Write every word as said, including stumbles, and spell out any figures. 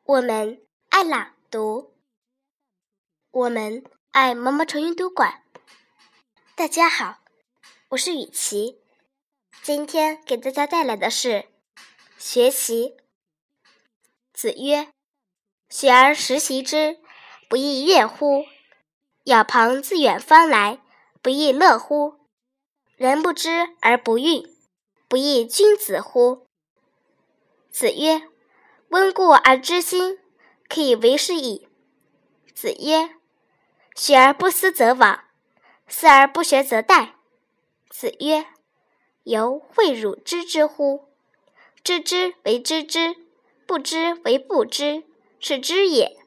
我们爱朗读，我们爱毛毛虫阅读馆。大家好，我是雨琪，今天给大家带来的是学习。子曰：学而时习之，不亦乐乎？遥朋自远方来，不亦乐乎？人不知而不愠，不亦君子乎？子曰：温故而知新，可以为师矣。子曰：学而不思则罔，思而不学则殆。子曰：犹诲汝知之乎？知之为知之，不知为不知，是知也。